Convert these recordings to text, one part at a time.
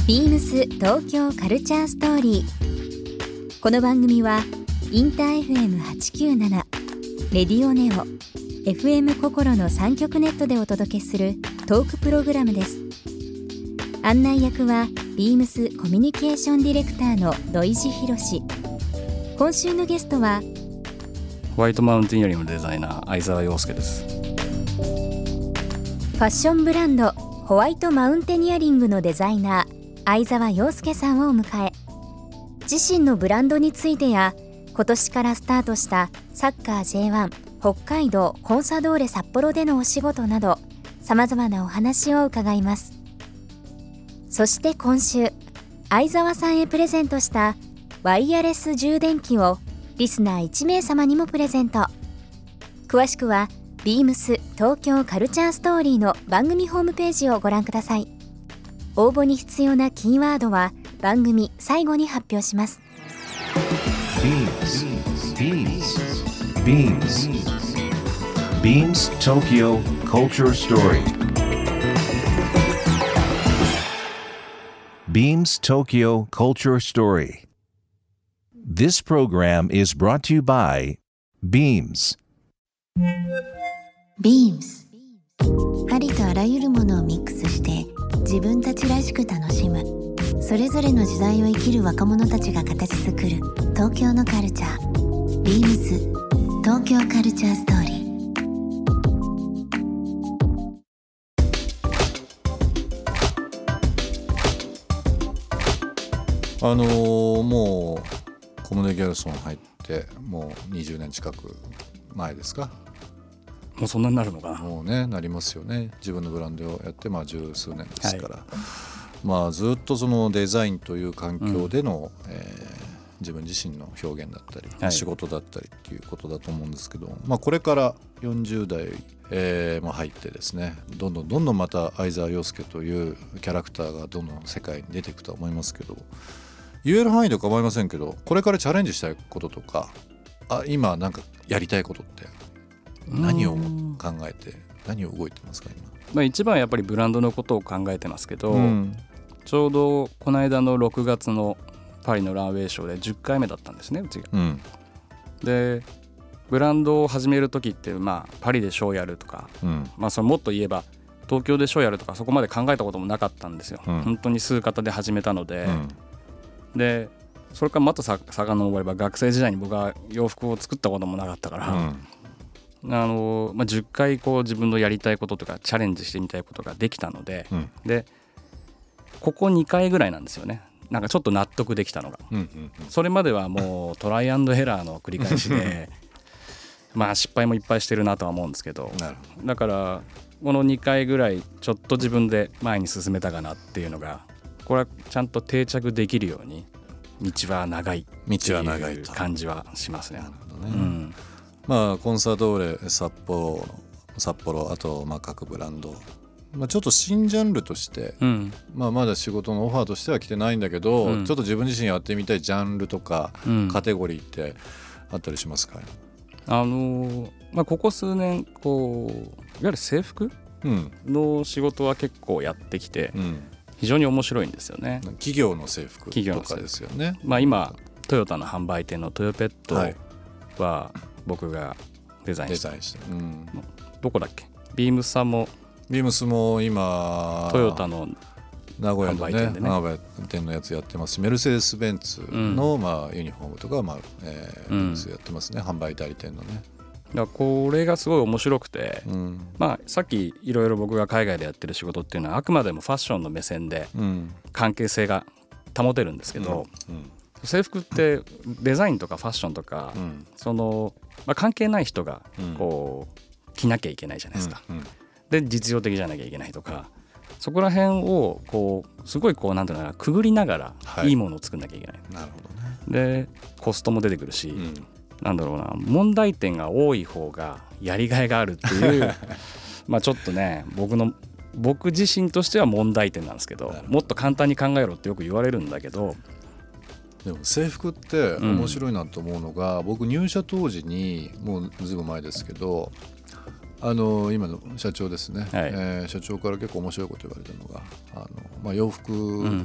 ビームス東京カルチャーストーリー。この番組はインター FM897 レディオネオ FM 心の3極ネットでお届けするトークプログラムです。案内役はビームスコミュニケーションディレクターの土井博志。今週のゲストはホワイトマウンテンイヤリングのデザイナー相沢陽介です。 ファッションブランドホワイトマウンテニアリングのデザイナー相沢陽介さんをお迎え、自身のブランドについてや今年からスタートしたサッカー J1 北海道コンサドーレ札幌でのお仕事などさまざまなお話を伺います。そして今週相沢さんへプレゼントしたワイヤレス充電器をリスナー1名様にもプレゼント。詳しくはビームス東京カルチャーストーリーの番組ホームページをご覧ください。応募に必要なキーワードは番組最後に発表します。 Beams Tokyo Culture Story. Beams Tokyo Culture Story. This program is brought to you by Beams. Beams ありとあらゆるものをミックスして自分たちらしく楽しむ、それぞれの時代を生きる若者たちが形作る東京のカルチャー。ビームス東京カルチャーストーリー。もうコムネ・ギャルソン入ってもう20年近く前ですか。 もうそんなになるのかな。 もうね、なりますよね。自分のブランドをやって十数年ですから、ずっとそのデザインという環境での、自分自身の表現だったり、仕事だったりっていうことだと思うんですけど、これから40代、も入ってですね、どんどんまた相沢陽介というキャラクターがどんどん世界に出ていくとは思いますけど、言える範囲で構いませんけど、これからチャレンジしたいこととか、今なんかやりたいことって何を考えて何を動いてますか今。 一番やっぱりブランドのことを考えてますけど、ちょうどこの間の6月のパリのランウェイショーで10回目だったんですね、うちが。でブランドを始める時ってパリでショーやるとか、それもっと言えば東京でショーやるとかそこまで考えたこともなかったんですよ。本当に数方で始めたので、でそれからまた遡れば学生時代に僕は洋服を作ったこともなかったから、10回自分のやりたいこととかチャレンジしてみたいことができたので、でここ2回ぐらいなんですよね。なんかちょっと納得できたのが、それまではもうトライアンドエラーの繰り返しで失敗もいっぱいしてるなとは思うんですけど、だからこの2回ぐらいちょっと自分で前に進めたかなっていうのが、これはちゃんと定着できるように道は長いっていう感じはしますね。 コンサドーレ札幌あと各ブランド、ちょっと新ジャンルとして、まだ仕事のオファーとしては来てないんだけど、ちょっと自分自身やってみたいジャンルとか、カテゴリーってあったりしますか。 ここ数年いわゆる制服の仕事は結構やってきて、非常に面白いんですよね。 企業の制服とかですよね。 今トヨタの販売店のトヨペットは僕がデザインして、どこだっけ、ビームスさんもビームスも今トヨタの名古屋のね、名古屋店のやつやってますし、メルセデスベンツの、ユニフォームとか、ビームスやってますね、販売代理店のね。 だからこれがすごい面白くて、さっきいろいろ僕が海外でやってる仕事っていうのはあくまでもファッションの目線で関係性が保てるんですけど、制服ってデザインとかファッションとか、関係ない人が着なきゃいけないじゃないですか。で実用的じゃなきゃいけないとか、そこら辺をすごいなんていうのかな、くぐりながらいいものを作んなきゃいけない。 なるほどね。 でコストも出てくるし、なんだろうな、問題点が多い方がやりがいがあるっていうちょっとね、僕自身としては問題点なんですけど、もっと簡単に考えろってよく言われるんだけど、 でも制服って面白いなと思うのが、僕入社当時にもうずいぶん前ですけど、今の社長ですね、社長から結構面白いこと言われたのが、洋服、好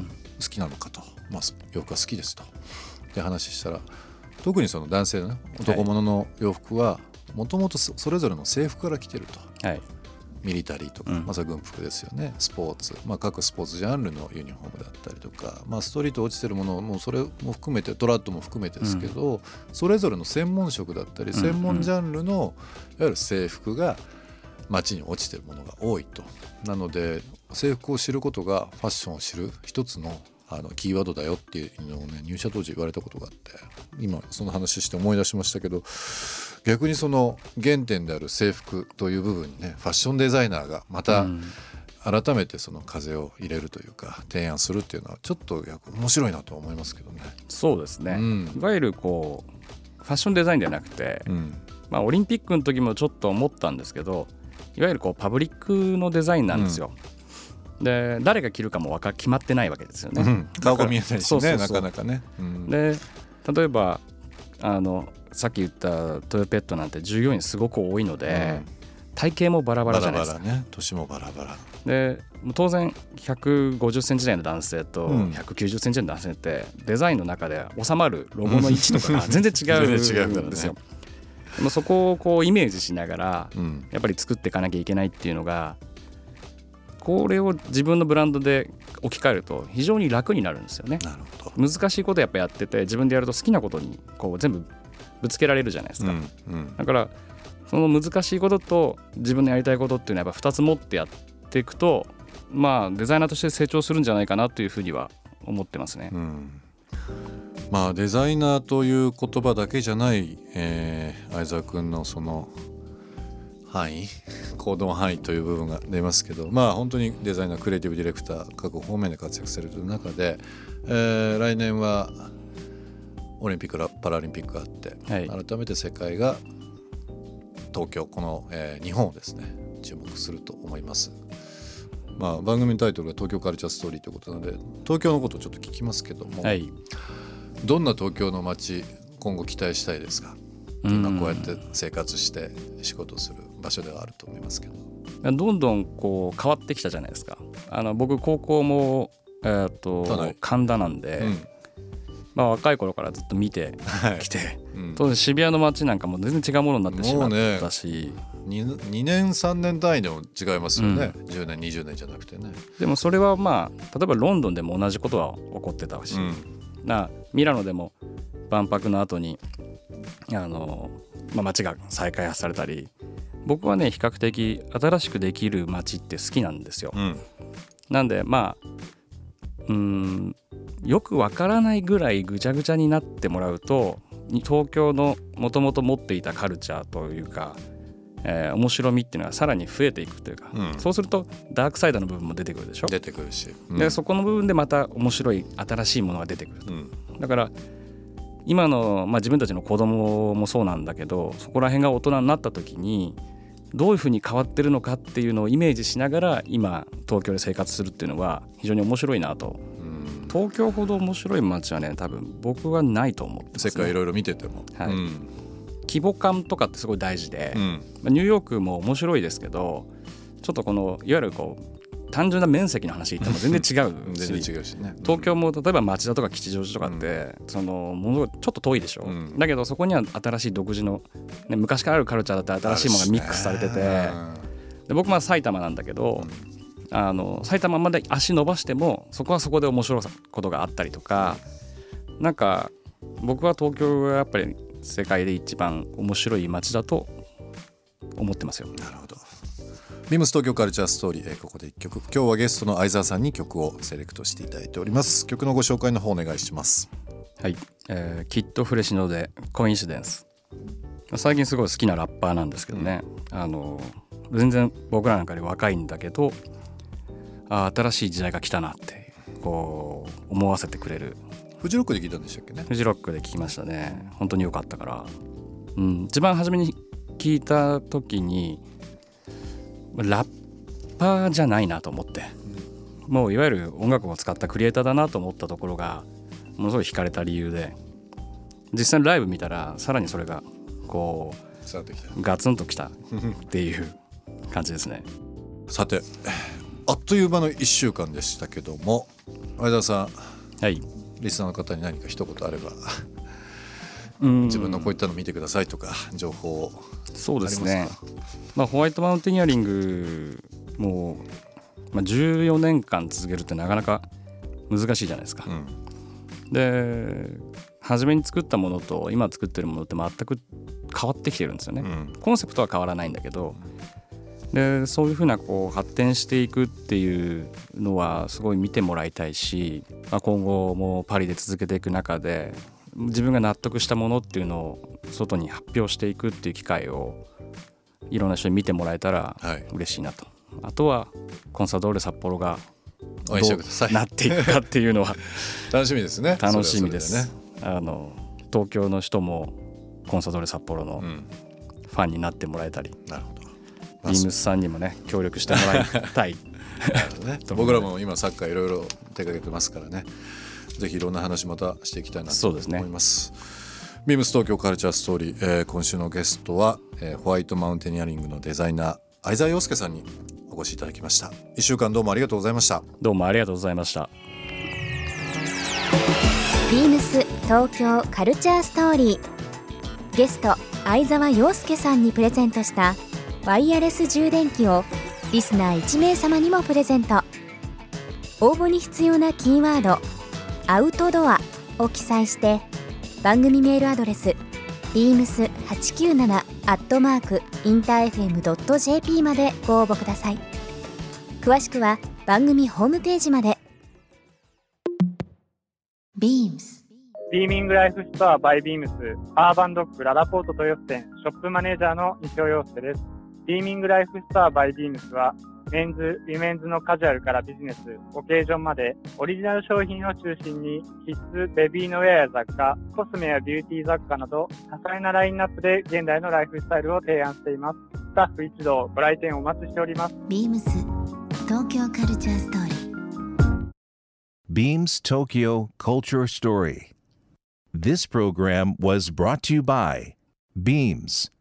きなのかと、洋服が好きですとで話したら、特にその男性の、ね、男物の洋服はもともとそれぞれの制服から来てると、はい、ミリタリーとか、それは軍服ですよね、スポーツ、各スポーツジャンルのユニフォームだったりとか、ストリート落ちてるものもそれも含めてトラッドも含めてですけど、それぞれの専門職だったり専門ジャンルのいわゆる制服が街に落ちてるものが多いと。なので制服を知ることがファッションを知る一つのキーワードだよっていうのをね、入社当時言われたことがあって、今その話して思い出しましたけど、逆にその原点である制服という部分にね、ファッションデザイナーがまた改めてその風を入れるというか提案するっていうのはちょっと面白いなと思いますけどね。 そうですね、いわゆるこうファッションデザインじゃなくて、オリンピックの時もちょっと思ったんですけど、いわゆるこうパブリックのデザインなんですよ、で誰が着るかも決まってないわけですよね、 顔が見えないしね、なかなかね、 で例えばさっき言ったトヨペットなんて従業員すごく多いので、体型もバラバラじゃないですか。 バラバラね、年もバラバラで当然150センチ台の男性と190センチ台の男性ってデザインの中で収まるロゴの位置とかが全然違うんですよ。でもそこをこうイメージしながらやっぱり作っていかなきゃいけないっていうのが、これを自分のブランドで置き換えると非常に楽になるんですよね。 なるほど。 難しいことやっぱやってて、自分でやると好きなことにこう全部ぶつけられるじゃないですか、だからその難しいことと自分のやりたいことっていうのはやっぱ2つ持ってやっていくと、デザイナーとして成長するんじゃないかなというふうには思ってますね。 デザイナーという言葉だけじゃない、相沢君のその範囲、行動範囲という部分が出ますけど、本当にデザイナー、クリエイティブディレクター各方面で活躍されている中で、来年はオリンピックパラリンピックがあって、改めて世界が東京、この、日本をですね注目すると思います。番組のタイトルが東京カルチャーストーリーということなので、東京のことをちょっと聞きますけども、どんな東京の街今後期待したいですか？今こうやって生活して仕事する場所ではあると思いますけど、 どんどんこう変わってきたじゃないですか。僕高校も、神田なんで、若い頃からずっと見てきて、当然渋谷の街なんかも全然違うものになってしまったし、 2年3年単位でも違いますよね、10年20年じゃなくてね。 でもそれは例えばロンドンでも同じことは起こってたし、ミラノでも万博の後に街が再開発されたり、僕はね比較的新しくできる街って好きなんですよ、なんでよくわからないぐらいぐちゃぐちゃになってもらうと、東京のもともと持っていたカルチャーというか、面白みっていうのがさらに増えていくというか、そうするとダークサイドの部分も出てくるでしょ。 出てくるし、 でそこの部分でまた面白い新しいものが出てくると、だから今の、自分たちの子供もそうなんだけど、そこら辺が大人になった時にどういうふうに変わってるのかっていうのをイメージしながら今東京で生活するっていうのは非常に面白いなと。東京ほど面白い街はね多分僕はないと思ってますね。 世界いろいろ見てても、 規模感とかってすごい大事で、ニューヨークも面白いですけど、ちょっとこのいわゆるこう単純な面積の話言っても全然違うし全然違うしね、 東京も例えば町田とか吉祥寺とかって、そのものちょっと遠いでしょ、だけどそこには新しい独自の、昔からあるカルチャーだったり新しいものがミックスされてて、で僕埼玉なんだけど、埼玉まで足伸ばしてもそこはそこで面白いことがあったりとか、なんか僕は東京がやっぱり世界で一番面白い街だと思ってますよ。 なるほど。ビームス東京カルチャーストーリー、ここで1曲、今日はゲストの相沢さんに曲をセレクトしていただいております。曲のご紹介の方お願いします。 はい、キッドフレシノでコインシデンス。最近すごい好きなラッパーなんですけどね、全然僕らなんかより若いんだけど、新しい時代が来たなってこう思わせてくれる。 フジロックで聞いたんでしたっけね。 フジロックで聞きましたね。本当に良かったから、一番初めに聞いた時にラッパーじゃないなと思って、もういわゆる音楽を使ったクリエイターだなと思ったところがものすごい惹かれた理由で、実際にライブ見たらさらにそれがこうガツンときたっていう感じですね。 さて、あっという間の1週間でしたけども、相沢さんはい、 リスナーの方に何か一言あれば自分のこういったの見てくださいとか情報ありますか？ そうですね、ホワイトマウンテニアリングも14年間続けるってなかなか難しいじゃないですか、で初めに作ったものと今作ってるものって全く変わってきてるんですよね、コンセプトは変わらないんだけど、でそういうふうな発展していくっていうのはすごい見てもらいたいし、今後もパリで続けていく中で自分が納得したものっていうのを外に発表していくっていう機会をいろんな人に見てもらえたら嬉しいなと、あとはコンサドーレ札幌がどうなっていくかっていうのは楽しみですね。 楽しみです。東京の人もコンサドーレ札幌のファンになってもらえたり、 なるほど、 ビームスさんにもね協力してもらいたいね、僕らも今サッカーいろいろ手掛けてますからね、ぜひいろんな話またしていきたいなと思います。ビームス東京カルチャーストーリー、今週のゲストは、ホワイトマウンテニアリングのデザイナー相沢陽介さんにお越しいただきました。1週間どうもありがとうございました。 どうもありがとうございました。 ビームス東京カルチャーストーリー、ゲスト相沢陽介さんにプレゼントしたワイヤレス充電器をリスナー1名様にもプレゼント。応募に必要なキーワードアウトドアを記載して番組メールアドレス beams897@interfm.jp までご応募ください。詳しくは番組ホームページまで。 BEAMS ビーミングライフストアバイビームスアーバンドッグララポート豊洲店ショップマネージャーの西尾陽介です。ビーミングライフストアバイビームスはメンズ、ウィメンズのカジュアルからビジネス、オケージョンまでオリジナル商品を中心にキッズ、ベビーのウェアや雑貨、コスメやビューティー雑貨など多彩なラインナップで現代のライフスタイルを提案しています。スタッフ一同ご来店お待ちしております。 BEAMS 東京カルチャーストーリー Beams Tokyo Culture Story. This program was brought to you by Beams.